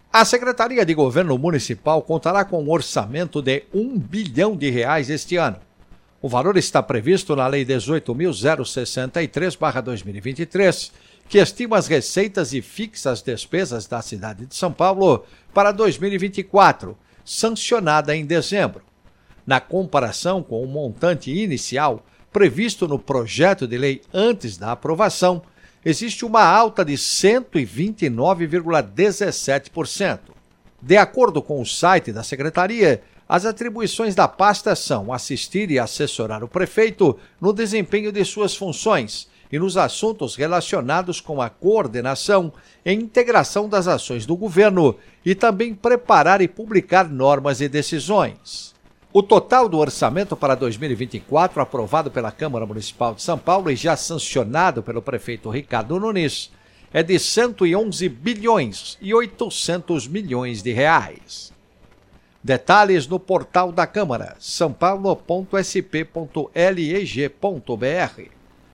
A Secretaria de Governo Municipal contará com um orçamento de R$1 bilhão este ano. O valor está previsto na Lei 18.063/2023, que estima as receitas e fixa as despesas da cidade de São Paulo para 2024, sancionada em dezembro. Na comparação com o montante inicial previsto no projeto de lei antes da aprovação, existe uma alta de 129,17%. De acordo com o site da Secretaria, as atribuições da pasta são assistir e assessorar o prefeito no desempenho de suas funções e nos assuntos relacionados com a coordenação e integração das ações do governo e também preparar e publicar normas e decisões. O total do orçamento para 2024, aprovado pela Câmara Municipal de São Paulo e já sancionado pelo prefeito Ricardo Nunes, é de R$111 bilhões e 800 milhões de reais. Detalhes no portal da Câmara, sãopaulo.sp.leg.br.